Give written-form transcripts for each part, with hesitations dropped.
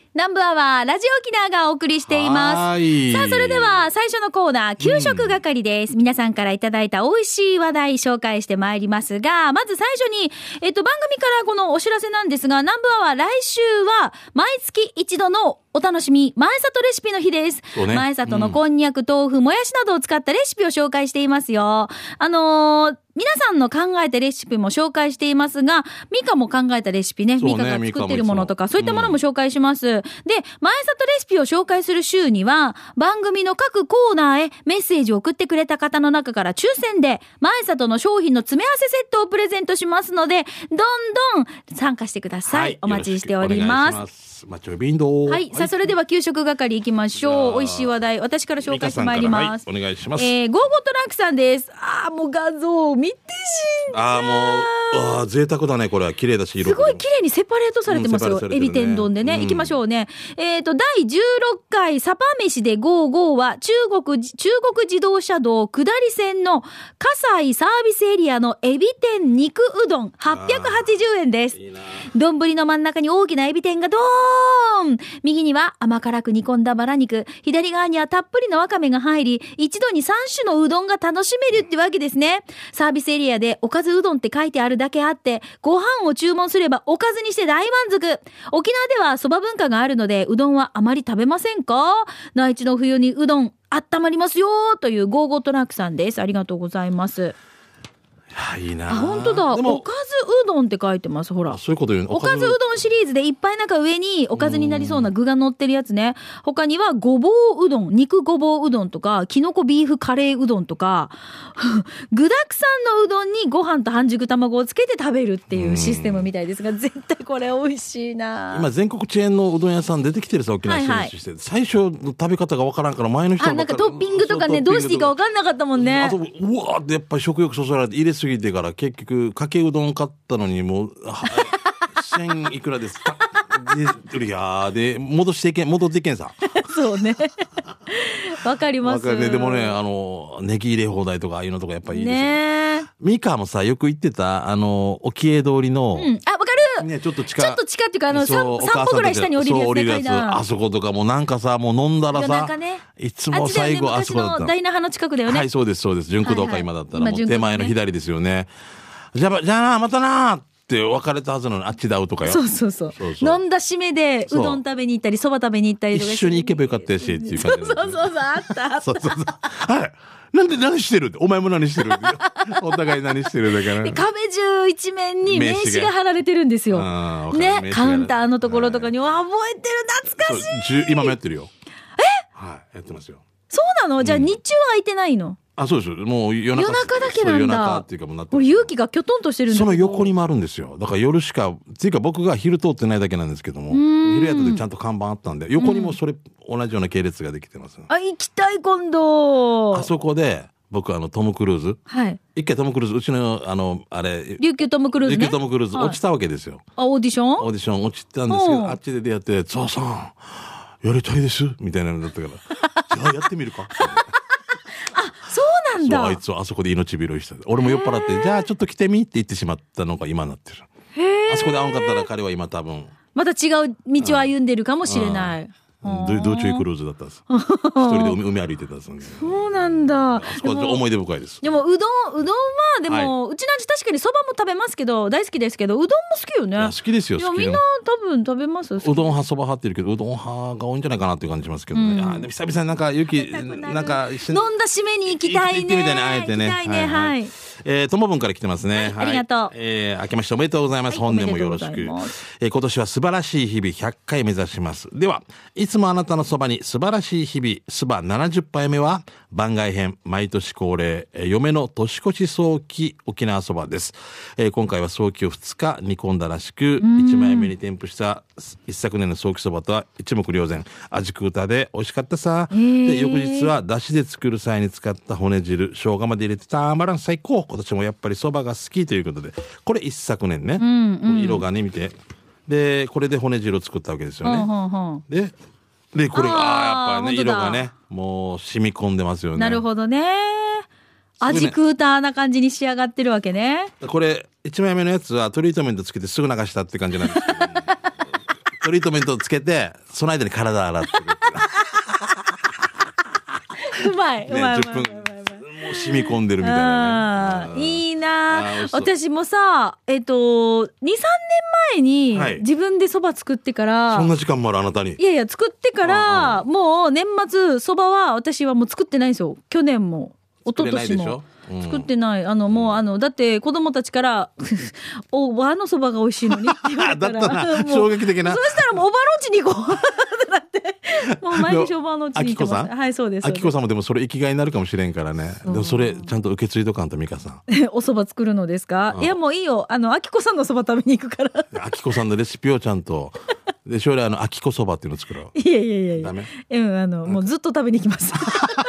南部アワーラジオ沖縄がお送りしています。さあ、それでは最初のコーナー、給食係です。皆さんからいただいた美味しい話題紹介してまいりますが、まず最初に、番組からこのお知らせなんですが、南部アワー来週は毎月一度のお楽しみ、前里レシピの日です。ね、前里のこんにゃく、豆腐、もやしなどを使ったレシピを紹介していますよ。皆さんの考えたレシピも紹介していますが、ミカも考えたレシピね、ミカが作ってるものとか、そういったものも紹介します。で、前里レシピを紹介する週には、番組の各コーナーへメッセージを送ってくれた方の中から抽選で、前里の商品の詰め合わせセットをプレゼントしますので、どんどん参加してください。はい、お待ちしております。 マッチョビンド。 はい。さあ、それでは給食係行きましょう。美味しい話題、私から紹介してまいります。 はい、お願いします。 ゴーゴトラックさんです。もう画像見てしんだ。 もう、贅沢だね、これは。綺麗だし、 色すごい綺麗にセパレートされてますよ。エビ天丼でね。行きましょうね。第16回サパ飯でゴーゴーは、中国自動車道下り線の葛西サービスエリアのエビ天肉うどん880円です。丼の真ん中に大きなエビ天がドーン、右には甘辛く煮込んだバラ肉、左側にはたっぷりのわかめが入り、一度に3種のうどんが楽しめるってわけですね。サービスエリアでおかずうどんって書いてあるだけあって、ご飯を注文すればおかずにして大満足。沖縄ではそば文化があるので、うどんはあまり食べませんか？内地の冬にうどん温まりますよというゴーゴートラックさんです。ありがとうございます。 いいな。 本当だ。おかずうどんって書いてます。ほら。 そういうこと言うの。 おかずうどんシリーズでいっぱいなんか上におかずになりそうな具が乗ってるやつね。他にはごぼううどん、肉ごぼううどんとか、きのこビーフカレーうどんとか、具だくさんのうどんにご飯と半熟卵をつけて食べるっていうシステムみたいですが、絶対これ美味しいな。 今全国チェーンのうどん屋さん出てきてるさ、沖縄進出して、最初の食べ方がわからんから前の人なんかトッピングとかね、どうしていいかわかんなかったもんね。 うわーってやっぱり食欲そそられて入れすぎてから結局かけうどん買ったのにもう1000いくらですかいやで戻っていけんさそうねわかります。 ね、でもねネギ入れ放題とかああいうのとかやっぱりいいですよね。ミカもさよく行ってた沖江通りの、 わかる、 ね、ちょっと近っていうか3歩ぐらい下に降りるやつね。 あそことかもなんかさもう飲んだらさ、 ね、 いつも最後 あそこだった大那覇の近くだよね。 はいそうです純駆動か今だったらもう手前の左ですよね。じゃあなまたなって別れたはずなのにあっちで会うとかよ。そう飲んだ締めでうどん食べに行ったりそば食べに行ったりとか一緒に行けばよかったやしっていう感じ。 そうあったそうはい何してるってお前も何してるお互い何してるだから壁中一面に名刺が貼られてるんですよね。カウンターのところとかに、覚えてる懐かしい。 今もやってるよ。はいやってますよ。 そうなの？じゃあ日中は空いてないの？ そうですもう夜中だけなんだ。 夜中っていうかもうなってる。 勇気がきょとんとしてるんだけど、 その横にもあるんですよ。だから夜しかっていうか僕が昼通ってないだけなんですけども、昼やった時ちゃんと看板あったんで横にもそれ同じような系列ができてます。 行きたい今度。 あそこで僕トム・クルーズ、一回トム・クルーズうちのあれ琉球トム・クルーズね、 琉球トム・クルーズ落ちたわけですよ。 オーディション落ちたんですけど、あっちで出会って「さんやりたいです」みたいなのだったから「じゃあやってみるか」そうなんだ。あいつはあそこで命拾いした。俺も酔っ払ってじゃあちょっと来てみって言ってしまったのが今になってる。あそこで会わんかったら彼は今多分また違う道を歩んでるかもしれない。 道中クルーズだったんです。一人で海歩いてたんです。 そうなんだ。 思い出深いです。 でもうどんはでも、うちなんち確かにそばも食べますけど大好きですけどうどんも好きよね。 好きですよ。 みんな多分食べます。うどん派そば派って言うけどうどん派が多いんじゃないかなっていう感じしますけどね。でも久々になんかなんか飲んだ締めに行きたいね。 行ってみたいなあえてね。 はい。 ともぶんから来てますね。 ありがとう。 明けましておめでとうございます。本年もよろしく。今年は素晴らしい日々100回目指します。ではいつもあなたのそばに素晴らしい日々そば70杯目は番外編毎年恒例嫁の年越し早期沖縄そばです。今回は早期を2日煮込んだらしく1枚目に添付した一昨年の早期そばとは一目瞭然。味食うたで美味しかったさ。で翌日はだしで作る際に使った骨汁生姜まで入れてたまらん最高。今年もやっぱりそばが好きということでこれ一昨年ね、色がね見てでこれで骨汁を作ったわけですよね。でこれがやっぱりね色がねもう染み込んでますよね。 なるほどね。味クーターな感じに仕上がってるわけね。 これ1枚目のやつはトリートメントつけてすぐ流したって感じなんですけどトリートメントをつけて、その間に体洗ってうまい、 ね、 うまい。 10分、もう染み込んでるみたいなね。 いいな。私もさ、2、3年前に自分で蕎麦作ってから、 そんな時間もあるあなたに。 いやいや、作ってから、もう年末蕎麦は私はもう作ってないんですよ。去年も、一昨年も。作ってない。もうだって子供たちから、和の蕎麦が美味しいのにって言われたら。 だったな、衝撃的な。 そうしたらもうおばのうちに行こうってなって、もう毎日おばのうちに行ってます。はい、そうです。 あきこさんもでもそれ生きがいになるかもしれんからね。でもそれちゃんと受け継いどかんと、美香さん。 お蕎麦作るのですか？いや、もういいよ。あきこさんの蕎麦食べに行くから。 あきこさんのレシピをちゃんと。で、将来あきこ蕎麦っていうのを作ろう。 いやいやいやいや。 ダメ？ もうずっと食べに行きます。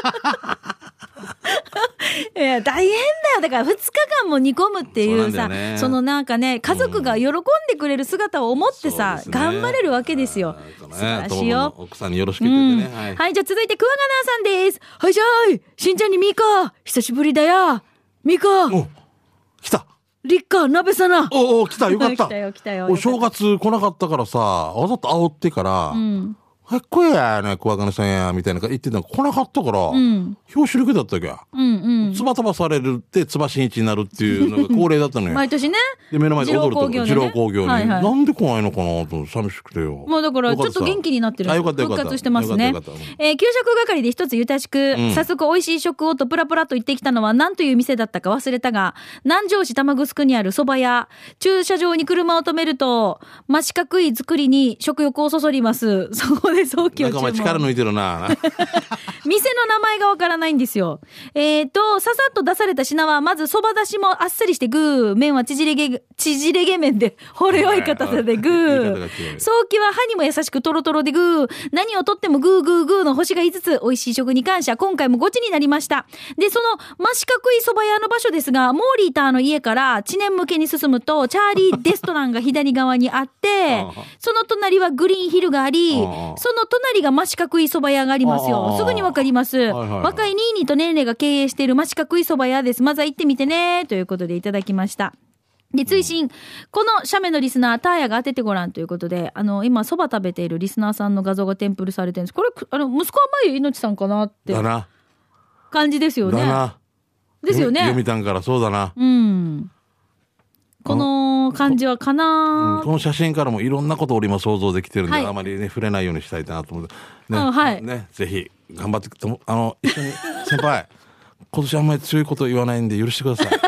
いや大変だよ。だから2日間も煮込むっていうさ、そのなんかね、家族が喜んでくれる姿を思ってさ、頑張れるわけですよ。素晴らしいよ。 奥さんによろしく言ってね。 はい、じゃあ続いてクワガナーさんです。はい、じゃあしんちゃんにミカ久しぶりだよ。ミカ来た。 リッカ鍋さな。 来た、よかった。 来たよ来たよ。 お正月来なかったからさ、わざと煽ってから、来いやね、クワガナさんやみたいな言ってたの来なかったから、表紙力だったっけ。つば飛ばされるってつばしんいちになるっていうのが恒例だったのよ。 毎年ね。 で目の前で踊ると二郎工業に、なんで来ないのかなと寂しくてよ。 もうだからちょっと元気になってる。復活してますね。給食係で一つゆたしく、早速美味しい食をとプラプラと言ってきたのは何という店だったか忘れたが、南城市玉城にある蕎麦屋。駐車場に車を止めると真四角い作りに食欲をそそります。そこで早期を注文。なんかお前力抜いてるな。 店の名前がわからないんですよ。ささっと出された品はまず蕎麦出しもあっさりしてグー、麺は縮れ毛麺でほろよい硬さでグー、早期は歯にも優しくトロトロでグー、何をとってもグーグーグーの星が5つ、美味しい食に感謝。今回もゴチになりました。で、その真四角い蕎麦屋の場所ですが、モーリーターの家から知念向けに進むとチャーリーレストランが左側にあってその隣はグリーンヒルがあり、その隣が真四角い蕎麦屋がありますよ。すぐにわかります。若いニーニーとネーネが経営している真四角い蕎麦屋です。まずは行ってみてねということでいただきました。で、追伸、この写メのリスナー、ターヤが当ててごらんということで、今、蕎麦食べているリスナーさんの画像が添付されてるんです。これ、息子は前いのちさんかなって感じですよね。ですよね。 読みたんからそうだな。 この感じはかな、 この写真からもいろんなことを今想像できてるんで、あまりね、触れないようにしたいなと思って。ね、ぜひ、頑張って、一緒に、先輩、今年あんまり強いこと言わないんで許してください。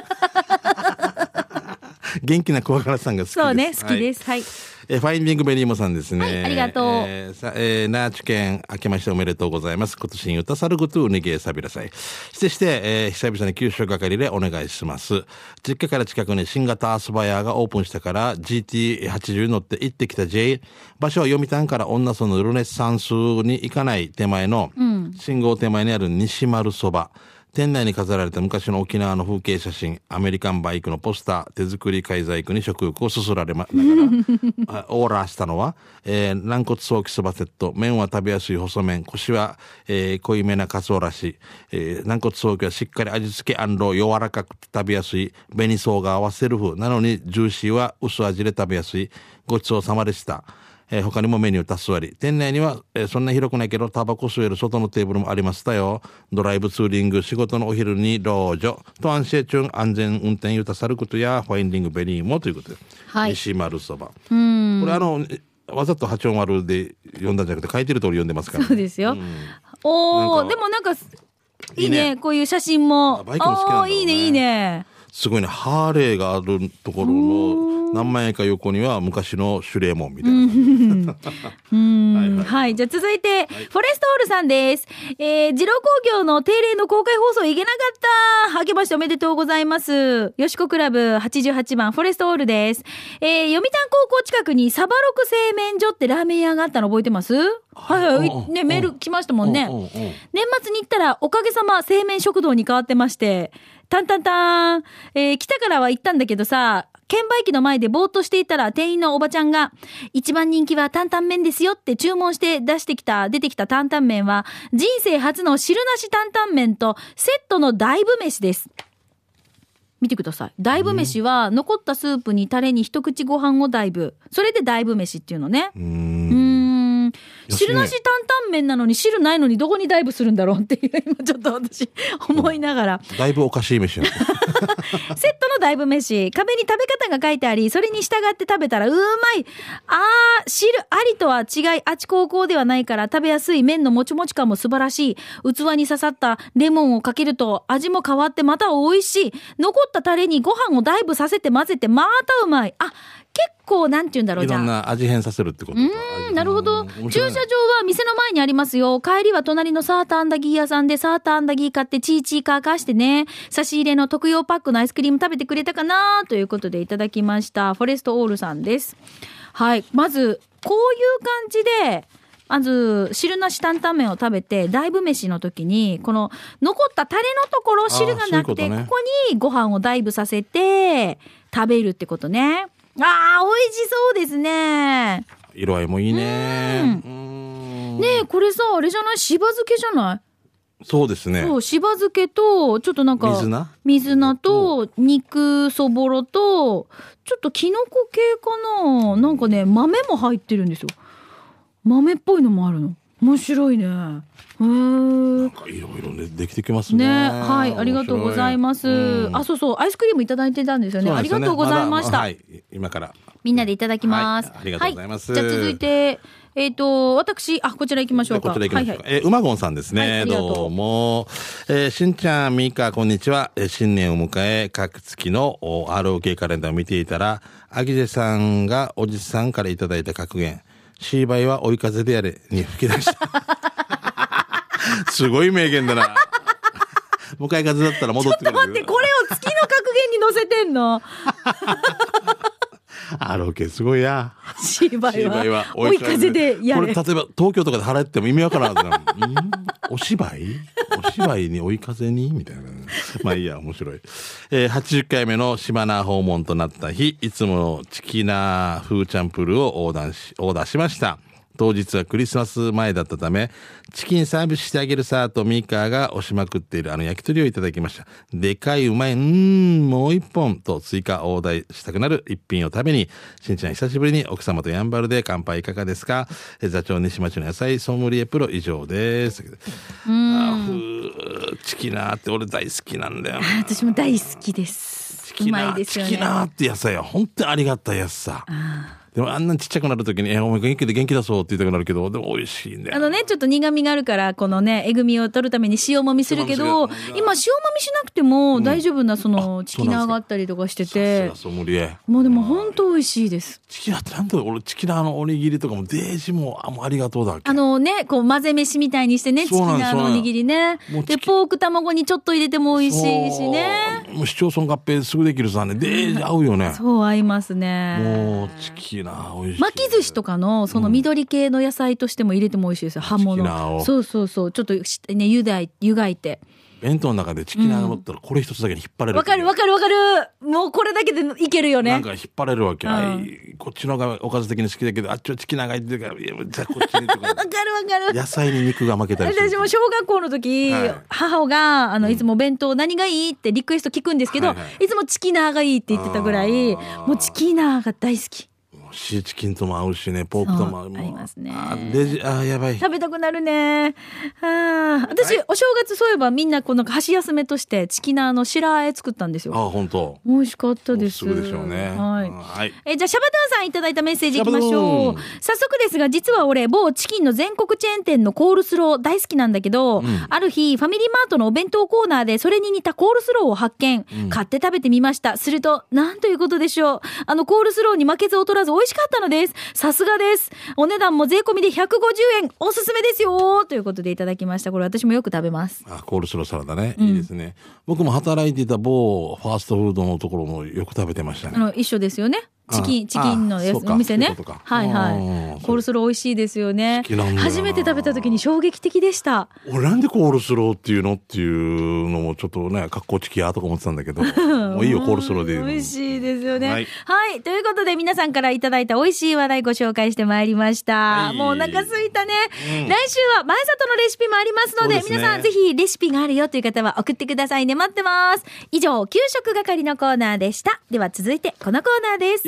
元気な小原さんが好きです。 そうね、好きです。はい。 ファインディングベリーモさんですね。 ありがとう。 ナーチ県明けましておめでとうございます。今年に歌さることをねげさびらさい。して、久々に給食係でお願いします。実家から近くに新型アスバヤーがオープンしてから GT80 に乗って行ってきた J。場所は読谷から女村のルネッサンスに行かない手前の、信号手前にある西丸そば。店内に飾られた昔の沖縄の風景写真、アメリカンバイクのポスター、手作り介細工に食欲をそそられながらオーラーしたのは、軟骨早期そばセット、麺は食べやすい細麺、腰は、濃いめなかつおらし、軟骨早期はしっかり味付け柔らかくて食べやすい紅生姜合わせる風なのにジューシーは薄味で食べやすい。ごちそうさまでした。他にもメニュー多数あり、店内には、そんな広くないけどタバコ吸える外のテーブルもありましたよ。ドライブツーリング、仕事のお昼に老女と安心中安全運転ゆたさることやファインディングベリーもということで、西丸そば。これわざと八音丸で読んだんじゃなくて書いてる通り読んでますから、ね、 そうですよ。でもなんかいいね、こういう写真も。 バイクも好きなんだろうね。 いいねいいね。 すごいね、ハーレーがあるところの何枚か横には昔のシュレーモンみたいな。 はい、じゃあ続いて、フォレストオールさんです。二郎工業の定例の公開放送行けなかった。明けましておめでとうございます。よしこクラブ88番フォレストオールです。読谷高校近くにサバロク製麺所ってラーメン屋があったの覚えてます？はいね、メール来ましたもんね。年末に行ったらおかげさま製麺食堂に変わってまして、タンタンタン、来たからは行ったんだけどさ、券売機の前でぼーっとしていたら店員のおばちゃんが一番人気は担々麺ですよって注文して出てきた担々麺は人生初の汁なし担々麺とセットの大部飯です。 見てください。ダイブ飯は残ったスープにタレに一口ご飯をダイブ。それでダイブ飯っていうのね。汁なし担々麺なのに汁ないのにどこにダイブするんだろうっていう今ちょっと私思いながら。 だいぶおかしい飯やセットのダイブ飯、壁に食べ方が書いてあり、それに従って食べたらうまい。汁ありとは違い、あち高校ではないから食べやすい。麺のもちもち感も素晴らしい。器に刺さったレモンをかけると味も変わってまた美味しい。残ったタレにご飯をダイブさせて混ぜてまたうまい。結構なんて言うんだろう、じゃあいろんな味変させるってことか。 なるほど。駐車場は店の前にありますよ。帰りは隣のサーターアンダギー屋さんでサーターアンダギー買ってチーチーカーカーしてね、差し入れの特用パックのアイスクリーム食べてくれたかなということでいただきました。フォレストオールさんです。はい。まずこういう感じで、まず汁なし担々麺を食べて、ダイブ飯の時にこの残ったタレのところ汁がなくて、ここにご飯をダイブさせて食べるってことね。美味しそうですね。 色合いもいいね。 ねえ、これさ、あれじゃない？しば漬けじゃない？ そうですね。 そう、しば漬けと、ちょっとなんか、水菜と、肉そぼろと、ちょっとキノコ系かな？なんかね、豆も入ってるんですよ。豆っぽいのもあるの。面白いね。なんかいろいろねできてきますね。 はい、ありがとうございます。そうそう、アイスクリームいただいてたんですよね。ありがとうございました。 はい、今からみんなでいただきます。 ありがとうございます。 じゃあ続いて私こちら行きましょうか。 こちら行きましょうか。うまごんさんですね。どうも。しんちゃん、みーか、こんにちは。新年を迎え、各月の ROK カレンダーを見ていたら、アギジェさんがおじさんからいただいた格言、シーバイは追い風でやれに吹き出した。すごい名言だな。向かい風だったら戻ってくる。 ちょっと待って、これを月の格言に載せてんの？ ROK すごいや。 シーバイは追い風でやれ。 これ例えば東京とかで払っても意味わからんはずなお芝居に追い風にみたいな。まあいいや、面白い。80回目の島名訪問となった日、いつものチキナーフーチャンプルをオーダーしました。当日はクリスマス前だったため、チキンサービスしてあげるさとミーカーが押しまくっている焼き鳥をいただきました。でかいうまい、もう一本と追加オーダーしたくなる一品を食べに、しんちゃん久しぶりに奥様とやんばるで乾杯いかがですか？座長西町の野菜ソムリエプロ以上です。チキナーって俺大好きなんだよ。 私も大好きです。 チキナー、チキナーって野菜は本当にありがたいやつさ。でもあんなちっちゃくなるときに、お前元気で元気だそうって言いたくなるけど、でも美味しいんだよ。 ちょっと苦味があるから、このね、えぐみを取るために塩もみするけど、今塩もみしなくても大丈夫な、チキナーがあったりとかしてて。もうでも本当美味しいです。 チキナーってなんだろう、俺チキナーのおにぎりとかもデージもありがとうだっけ。 こう混ぜ飯みたいにしてね、チキナーのおにぎりね。で、ポーク卵にちょっと入れても美味しいしね。 もう市町村合併すぐできるさね、デージ合うよね。 そう合いますね。 もうチキナー美味しい。 巻き寿司とかのその緑系の野菜としても入れても美味しいですよ。葉物。そうそうそう。ちょっとね、湯がいて。 弁当の中でチキナーが乗ったらこれ一つだけに引っ張れる。 わかる。もうこれだけでいけるよね。 なんか引っ張れるわけ。こっちのがおかず的に好きだけど、あっちはチキナーが入ってるから、じゃあこっちにとか。 わかる。 野菜に肉が負けたりする。 私も小学校の時、母がいつも弁当何がいいってリクエスト聞くんですけど、いつもチキナーがいいって言ってたぐらい、もうチキナーが大好き。 シーチキンとも合うしね、ポークとも合う。 合いますね。 やばい。 食べたくなるね。私、お正月そういえばみんな箸休めとしてチキナーの白あえ作ったんですよ。 本当。 美味しかったです。 すぐでしょうね。 はい。じゃあシャバドゥンさんいただいたメッセージいきましょう。早速ですが、実は俺某チキンの全国チェーン店のコールスロー大好きなんだけど、ある日ファミリーマートのお弁当コーナーでそれに似たコールスローを発見。買って食べてみました。するとなんということでしょう。コールスローに負けず劣らず美味しかったのです。さすがです。お値段も税込みで150円。おすすめですよ。ということでいただきました。これ私もよく食べます。 コールスローサラダね。いいですね。僕も働いていた某ファーストフードのところもよく食べてましたね。 一緒ですよね。 チキンのお店ね。はいはい。コールスロー美味しいですよね。初めて食べた時に衝撃的でした。 俺なんでコールスローっていうのっていうのもちょっとね、格好チキやとか思ってたんだけど、もういいよ、コールスローで。 美味しいですよね。はい。ということで皆さんからいただいた美味しい話題ご紹介してまいりました。もうお腹すいたね。来週は前里のレシピもありますので、皆さんぜひレシピがあるよという方は送ってくださいね。待ってます。以上、給食係のコーナーでした。では続いてこのコーナーです。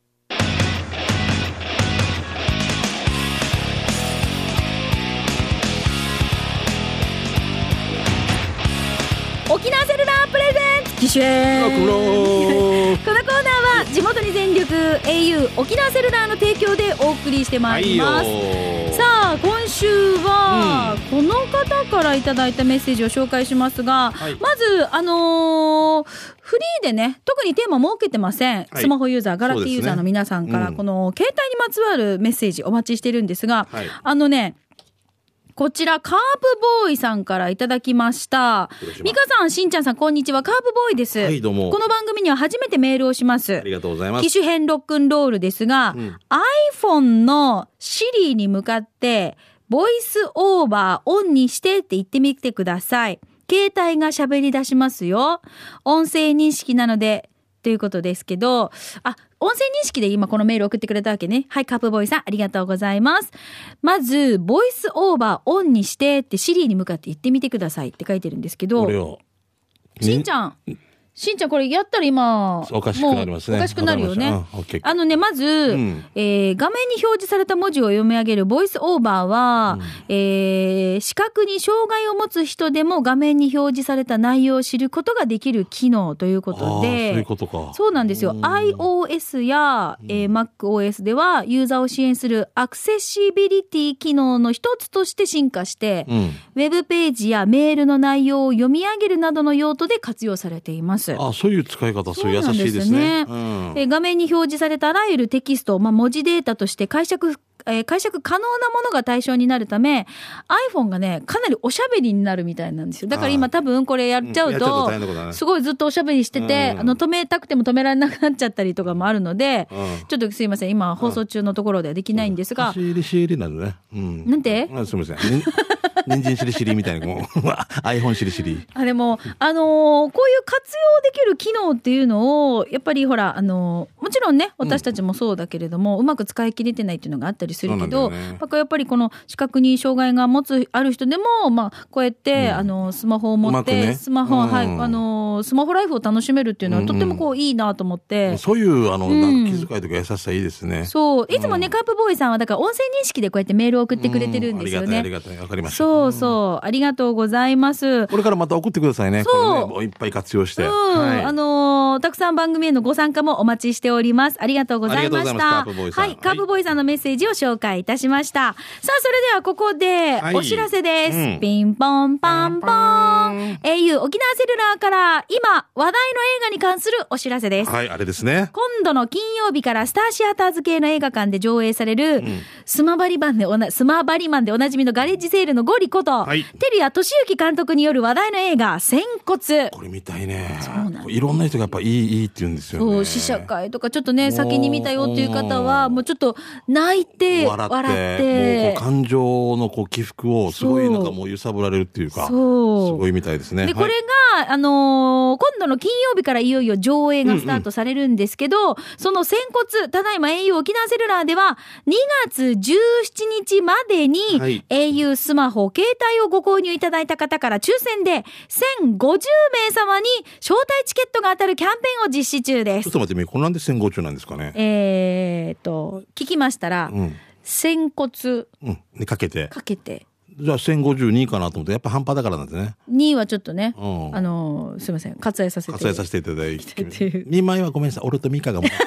沖縄セルラープレゼンツ機種編。このコーナーは地元に全力 au 沖縄セルラーの提供でお送りしてまいります。さあ今週はこの方からいただいたメッセージを紹介しますが、まずフリーでね、特にテーマ設けてません。スマホユーザー、ガラケーユーザーの皆さんから、この携帯にまつわるメッセージお待ちしてるんですが、こちらカープボーイさんからいただきました。ミカさん、しんちゃんさん、こんにちは。カープボーイです。 はいどうも。 この番組には初めてメールをします。 ありがとうございます。 機種編ロックンロールですが、iPhone の Siri に向かってボイスオーバーオンにしてって言ってみてください。携帯が喋り出しますよ。音声認識なのでということですけど、音声認識で今このメール送ってくれたわけね。はい、カープボーイさん、ありがとうございます。まず、ボイスオーバーオンにしてってシリに向かって言ってみてくださいって書いてるんですけど、しんちゃん、これやったら今おかしくなりますね。 おかしくなるよね。まず、画面に表示された文字を読み上げるボイスオーバーは、視覚に障害を持つ人でも画面に表示された内容を知ることができる機能ということで、 そういうことか。 そうなんですよ。iOS や、MacOS ではユーザーを支援するアクセシビリティ機能の一つとして進化して、ウェブページやメールの内容を読み上げるなどの用途で活用されています。 そういう使い方、そういう優しいですね。 画面に表示されたあらゆるテキスト、文字データとして解釈可能なものが対象になるため iPhone がねかなりおしゃべりになるみたいなんですよ。だから今多分これやっちゃうとすごいずっとおしゃべりしてて、止めたくても止められなくなっちゃったりとかもあるので、ちょっとすいません今放送中のところではできないんですが、 しりなのね。 なんてすみません人参しりしりみたいなiPhone しりしり。 でもこういう活用できる機能っていうのをやっぱりほらもちろんね私たちもそうだけれども、うまく使い切れてないっていうのがあったりするけど、やっぱりこの視覚に障害がある人でもこうやって、スマホを持って、スマホライフを楽しめるっていうのはとってもいいなと思って、 そういうなんか気遣いとか優しさいいですね。 そういつもね、カープボーイさんはだから音声認識でこうやってメールを送ってくれてるんですよね。 ありがたいわかりました。 そうありがとうございます。 これからまた送ってくださいね。これねいっぱい活用して、 たくさん番組へのご参加もお待ちしております。ありがとうございました。カープボーイさんのメッセージを紹介いたしました。さあそれではここでお知らせです。ピンポンパンポン au 沖縄セルラーから今話題の映画に関するお知らせです。 あれですね。 今度の金曜日からスターシアターズ系の映画館で上映される、スマバリマンでおなじみのガレージセールのゴリこと、照屋俊之監督による話題の映画仙骨。 これ見たいね。いろんな人がやっぱいいって言うんですよね。 試写会とかちょっとね先に見たよっていう方はもうちょっと泣いて笑ってもう感情の起伏をすごいなんかもう揺さぶられるっていうか、すごいみたいですね。 でこれが、今度の金曜日からいよいよ上映がスタートされるんですけど、その仙骨ただいま au 沖縄セルラーでは2月17日までに、au スマホ携帯をご購入いただいた方から抽選で1050名様に招待チケットが当たるキャンペーンを実施中です。 ちょっと待って、これなんで1050なんですかね。 聞きましたら、仙骨にかけてじゃあ1052かなと思って、やっぱ半端だからなんですね。 2はちょっとね、すいません割愛させていただいて 2枚はごめんなさい、俺とミカがも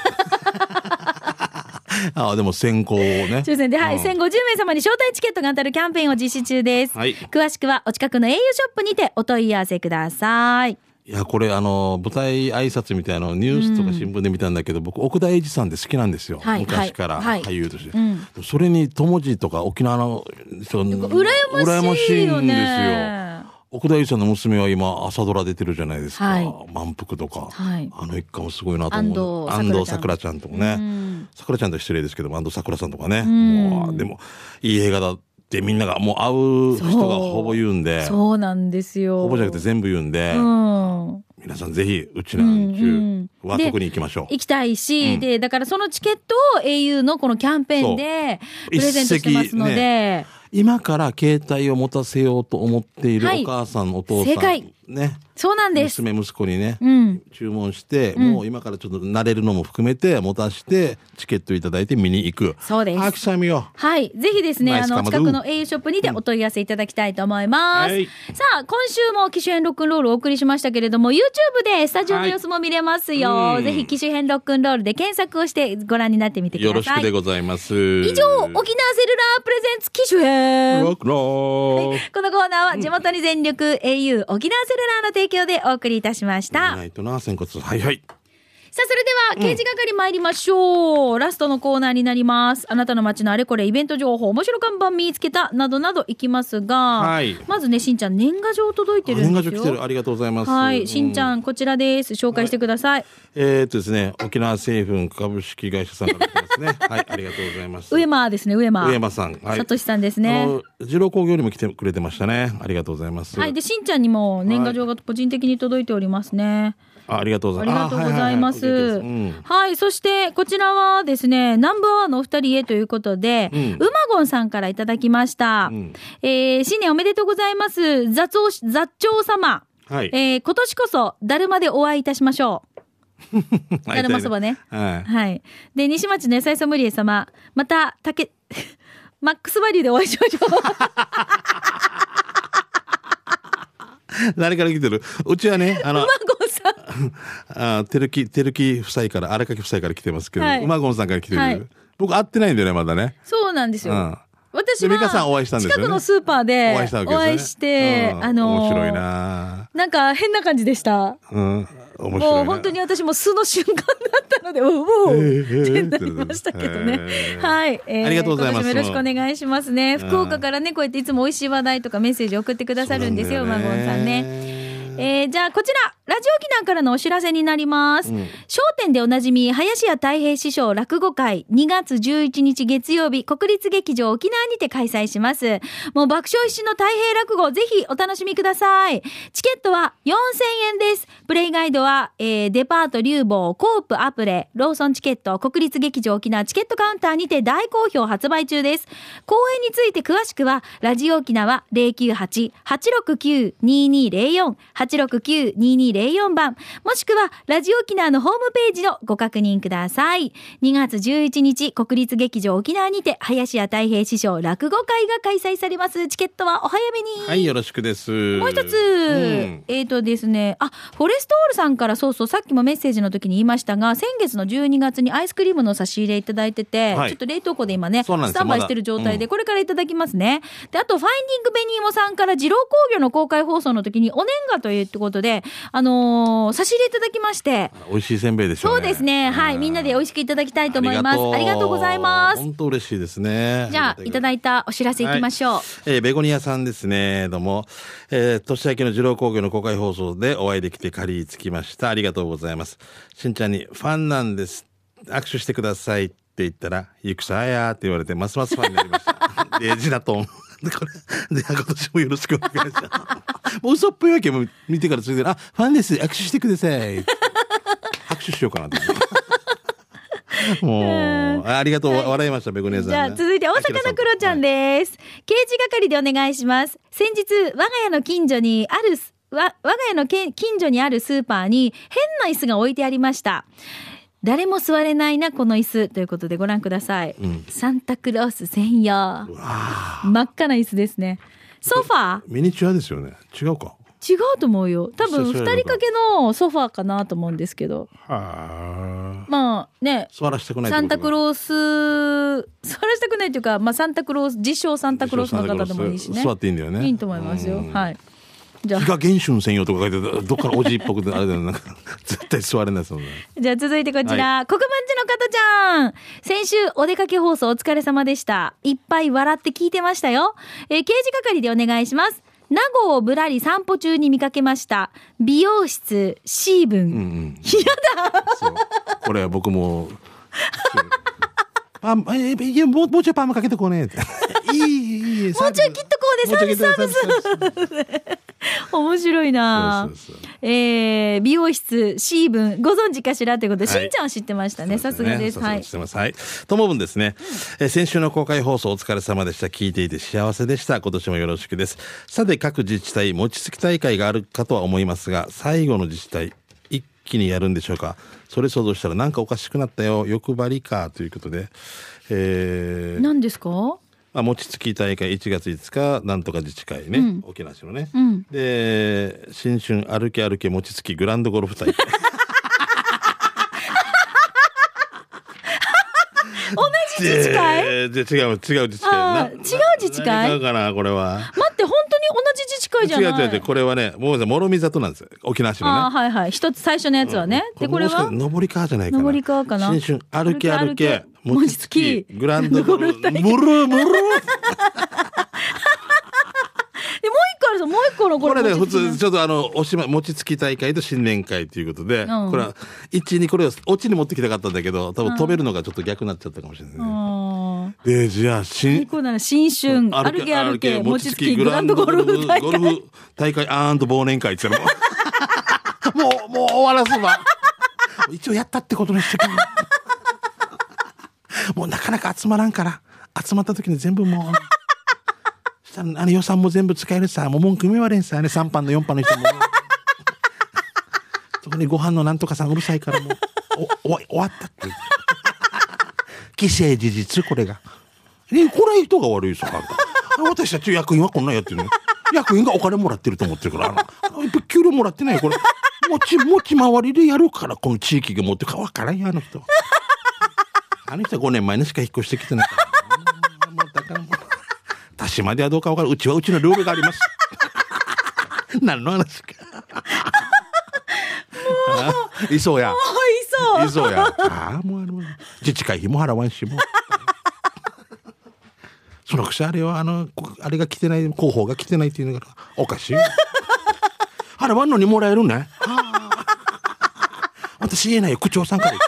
でも先行ね抽選で、1050名様に招待チケットが当たるキャンペーンを実施中です。詳しくはお近くの au ショップにてお問い合わせください。 いやこれ舞台挨拶みたいなのニュースとか新聞で見たんだけど、僕奥田英二さんで好きなんですよ、昔から俳優として、それに友次とか沖縄の人羨ましいよね。 奥田優さんの娘は今朝ドラ出てるじゃないですか、 はい、 満腹とか、 はい、 あの一家もすごいなと思う。安藤サクラちゃんとかね、サクラちゃんと失礼ですけども安藤サクラさんとかね、もうでもいい映画だってみんながもう会う人がほぼ言うんで、 そうなんですよ、 ほぼじゃなくて全部言うんで、皆さんぜひうちなんちゅうは特に行きましょう。 行きたいし、でだからそのチケットを au のこのキャンペーンでプレゼントしてますので、ね、 今から携帯を持たせようと思っているお母さん、お父さん、 正解ね、 そうなんです。 娘息子にね、注文して、もう今からちょっと慣れるのも含めて持たしてチケットいただいて見に行く。 そうです。 秋さみよ。 はい、ぜひですね、近くの au ショップにてお問い合わせいただきたいと思います。さあ、今週も機種編ロックンロールをお送りしましたけれども、YouTube でスタジオの様子も見れますよ。ぜひ機種編ロックンロールで検索をしてご覧になってみてください。 よろしくでございます。 以上、沖縄セルラープレゼンツ機種編ロックロール、 このコーナーは地元に全力 au 沖縄セルラーの提供でお送りいたしました。 はいはい。 さあ、それでは刑事係参りましょう。ラストのコーナーになります。あなたの街のあれこれイベント情報、面白看板見つけたなどなどいきますが、はい、まずね、しんちゃん年賀状届いてるんですよ。 年賀状来てる、ありがとうございます。 はい、しんちゃん、こちらです。紹介してください。 ですね、沖縄製粉株式会社さんから来てますね。はい、ありがとうございます。 上間ですね、上間さん、 はい、さとしさんですね。 二郎工業にも来てくれてましたね。ありがとうございます。 はい、でしんちゃんにも年賀状が個人的に届いておりますね。 ありがとうございます。 ありがとうございます。はい、そしてこちらはですね、ナンバーワンのお二人へということで、うまごんさんからいただきました。新年おめでとうございます。座長様。はい、今年こそだるまでお会いいたしましょう。だるまそばね。はい。で、西町の野菜ソムリエ様、またマックスバリューでお会いしましょう。 誰から来てる？うちはね、 うまごんさん。てるき夫妻から、荒垣夫妻から来てますけど、うまごんさんから来てる。はい、僕会ってないんだよね、まだね。 そうなんですよ。私は美香さんお会いしたんですよね。 近くのスーパーでお会いして、 面白いな。 なんか変な感じでした。 面白い。 もう本当に私も素の瞬間だったので、ってなりましたけどね。はい。 ありがとうございます。 よろしくお願いしますね。福岡からね、こうやっていつも美味しい話題とかメッセージ送ってくださるんですよ、馬ゴンさんね。じゃあこちらラジオ沖縄からのお知らせになります。笑点でおなじみ林家たい平師匠落語会2月11日月曜日国立劇場沖縄にて開催します。もう爆笑必至のたい平落語ぜひお楽しみください。チケットは4000円です。プレイガイドは、デパートリューボーコープアプレローソンチケット国立劇場沖縄チケットカウンターにて大好評発売中です。公演について詳しくはラジオ沖縄 098-869-2204 869-2204 番もしくはラジオ沖縄のホームページのご確認ください。2月11日国立劇場沖縄にて林家たい平師匠落語会が開催されます。チケットはお早めに。 はい、よろしくです。 もう一つ、ですね、フォレストオールさんからそうさっきもメッセージの時に言いましたが、先月の12月にアイスクリームの差し入れいただいてて、ちょっと冷凍庫で今ねスタンバイしてる状態で、これからいただきますね。で、あとファインディングベニーモさんから二郎工業の公開放送の時にお年賀ということで差し入れいただきまして、 美味しいせんべいでしょうね。 そうですね、はい、みんなで美味しくいただきたいと思います。ありがとうございます。 本当嬉しいですね。 じゃあいただいたお知らせいきましょう。 ベゴニアさんですね。どうも、年明けの二郎工業の公開放送でお会いできて借りつきました。ありがとうございます。しんちゃんにファンなんです握手してくださいって言ったらゆくさあやーって言われてますますファンになりました。デジだと思う。これで今年もよろしくお願いします。もう嘘っぽいわけも見てからついてる。ファンです握手してください。握手しようかなともうありがとう、笑いましたベゴニアさん、ね。 じゃあ続いて大阪のクロちゃんです。刑事係でお願いします。先日我が家の近所にあるスーパーに変な椅子が置いてありました。誰も座れないなこの椅子ということでご覧ください。サンタクロース専用真っ赤な椅子ですね。ソファーミニチュアですよね。違うか。 違うと思うよ。多分2人掛けのソファーかなと思うんですけど。まあね、 座らせたくない。 サンタクロース座らせたくないというか、サンタクロース自称サンタクロースの方でもいいしね。 座っていいんだよね。 いいと思いますよ。はい。 じゃあ日が原春専用とか書いてどっからおじいっぽくてあれだよ。なんか絶対座れないですもんね。 じゃあ続いてこちら、国分寺の加トちゃん。先週お出かけ放送お疲れ様でした。いっぱい笑って聞いてましたよ。刑事係でお願いします。 名護をぶらり散歩中に見かけました。美容室、シーブン。やだそうこれ僕も、パン、もうちょいパーマかけてこうね。いい。 もうちょい切っとこうでサービス。面白いな。美容室シーブンご存知かしらということで、しんちゃんは知ってましたね。さすがです。はい。 ともぶんですね。先週の公開放送お疲れ様でした。聞いていて幸せでした。今年もよろしくです。さて各自治体餅つき大会があるかとは思いますが、最後の自治体一気にやるんでしょうか。それ想像したらなんかおかしくなったよ。欲張りかということで。 何ですか？ 餅つき大会1月5日なんとか自治会ね、沖縄市のね、で新春歩け歩け餅つきグランドゴルフ大会同じ自治会？ 違う自治会。違う自治会？ 違うかなこれは。 待って本当に同じ自治会じゃない？ 違うこれはねもろみ里なんですよ沖縄市のね。 はい。一つ最初のやつはね。でこれは上り川じゃないかな。 上り川かな。 新春歩け歩け餅つきグランドゴルフ大会。もう一個のこれね普通ちょっとおしまい餅つき大会と新年会ということで、これはこれをオチに持ってきたかったんだけど多分止めるのがちょっと逆になっちゃったかもしれないね。でじゃあ新春歩け歩け餅つきグランドゴルフ大会忘年会って言ったらもう終わらすわ。一応やったってことにしてくれ。もうなかなか集まらんから集まった時に全部もう予算も全部使えるさ、もう文句言われんさ、3班の4班の人もそこにご飯のなんとかさんうるさいからもう終わったって既成事実これがこれは人が悪いさ。私たち役員はこんなやってるの。役員がお金もらってると思ってるから給料もらってないこれ持ち回りでやるからこの地域が持ってかわからんよあの人は5年前にしか引っ越してきてないからもうだからもう田島ではどうか分からん。うちはうちのルールがあります。何の話か。いそうや。いそうや。もう自治会費も払わんしもう。そのくせあれはあれが来てない広報が来てないっていうのがおかしい。払わんのにもらえるね。私言えないよ区長さんから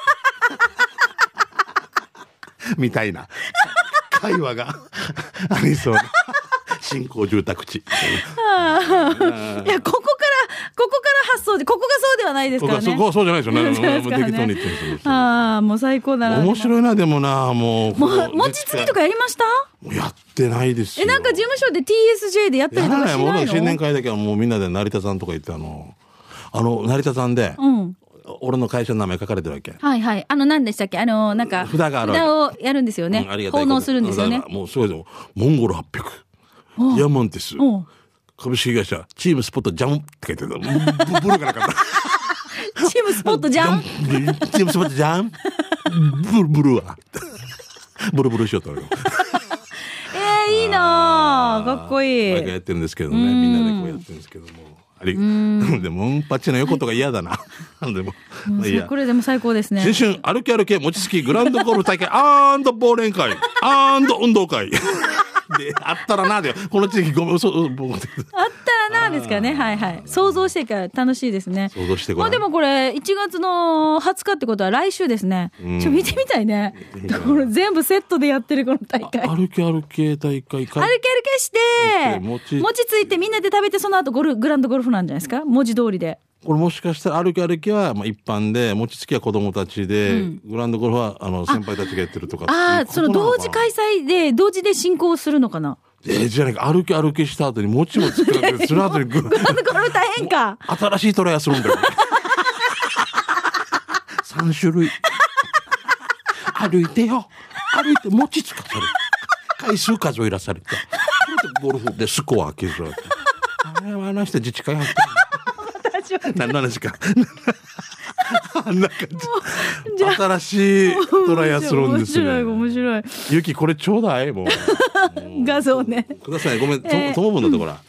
みたいな会話がありそうな新興住宅地。いやここから発想でここがそうではないですからね。 そこはそうじゃないですよね。適当に言ってるんですよ。 もう最高だな。 面白いな。でもな餅つきとかやりました？ やってないですよ。 なんか事務所で TSJ でやったりとかしないの？ もう新年会だけはもうみんなで成田さんとか行って成田さんで、俺の会社の名前書かれてるわけ。はい何でしたっけなんか札がある。 札をやるんですよね。奉納するんですよね。 もうすごいですよ。モンゴル800ヤマンテス株式会社チームスポットジャンって書いてる。ブルがなかった。 チームスポットジャン。 チームスポットジャン。ブルはブルしようと思う。 いいなかっこいい。 毎回やってるんですけどね。みんなでこうやってるんですけども。でもパチの横とか嫌だな。でもこれでも最高ですね。 新春歩け歩け餅つきグランドゴルフ大会忘年会運動会であったらなでこの地域ごめん嘘あったらなですかね。想像してから楽しいですね。 想像してごらん。 でもこれ1月の20日ってことは来週ですね。見てみたいね。これ全部セットでやってるこの大会。 歩け歩け大会。歩け歩けして餅ついてみんなで食べてその後グランドゴルフなんじゃないですか。文字通りで。 これもしかしたら歩け歩けは一般で餅つきは子供たちで、グランドゴルフは先輩たちがやってるとか。 その同時開催で同時で進行するのかな。 じゃないか歩けした後に餅もつくられてその後にグランドゴルフ大変か。 新しいトライアするんだよ。3種類歩いて餅つかされる回数数えらされてゴルフでスコア開ける。あの人自治会入ってる。何の話か。あんな感じ。新しいトライアスロンですね。 面白い。 ゆきこれちょうだいもう。 画像ね。 ください。ごめん。ともぶんだとこら。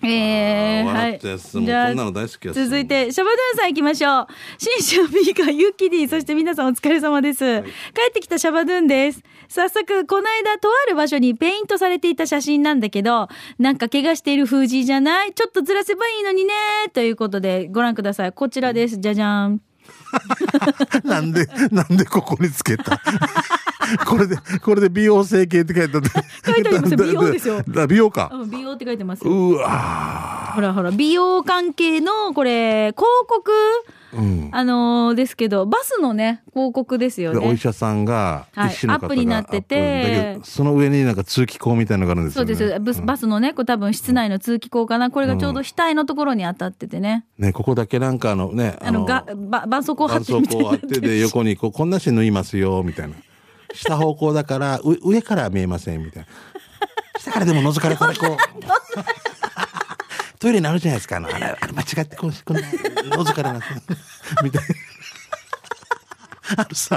笑ったやつ、もうこんなの大好きやつ。 続いてシャバドゥンさん行きましょう。新州ビーカーユッキディ、そして皆さんお疲れ様です、帰ってきたシャバドゥンです。早速この間とある場所にペイントされていた写真なんだけど、なんか怪我している風じゃない、ちょっとずらせばいいのにねということでご覧ください。こちらです。じゃじゃーん。 なんでここにつけたこれで美容整形って書いてある。 書いてありますよ。美容ですよ。 美容か。 美容って書いてますよ。 うわほらほら、美容関係のこれ広告、ですけど、バスのね広告ですよね。 お医者さんが、 アップになってて、 だけどその上になんか通気口みたいなのがあるんですよね。 そうです。バスのね、これ多分室内の通気口かな。これがちょうど額のところに当たっててね。 ね、ここだけなんか絆創膏貼ってみたいな。 絆創膏貼ってで横にこんなし縫いますよみたいな。下方向だから上から見えませんみたいな。下からでも覗かれたらこうトイレになるじゃないですか。あれ間違ってこんな覗かれますみたいな。あるさ。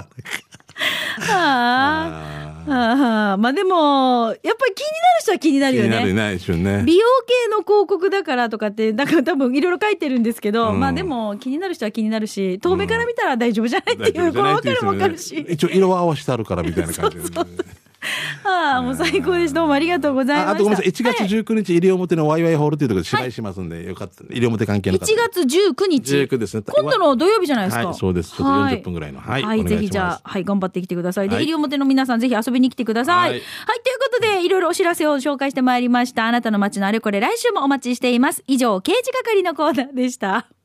まあでもやっぱり気になる人は気になるよね。 気になるでしょうね。 美容系の広告だからとかってなんか多分いろいろ書いてるんですけど、まあでも気になる人は気になるし、遠目から見たら大丈夫じゃないっていう、これ分かるも分かるし、 一応色は合わせてあるからみたいな感じで、ね。 もう最高です。どうもありがとうございました。 あとごめんなさい、1月19日、西表のワイワイホールというところで芝居しますんで、よかった。西表関係の方。 1月19日。 19ですね。 今度の土曜日じゃないですか。 はい、そうです。ちょっと40分ぐらいの。はい、 ぜひじゃあ、頑張ってきてください。で、西表の皆さんぜひ遊びに来てください。はい、ということで、いろいろお知らせを紹介してまいりました。あなたの街のあれこれ、来週もお待ちしています。以上、刑事係のコーナーでした。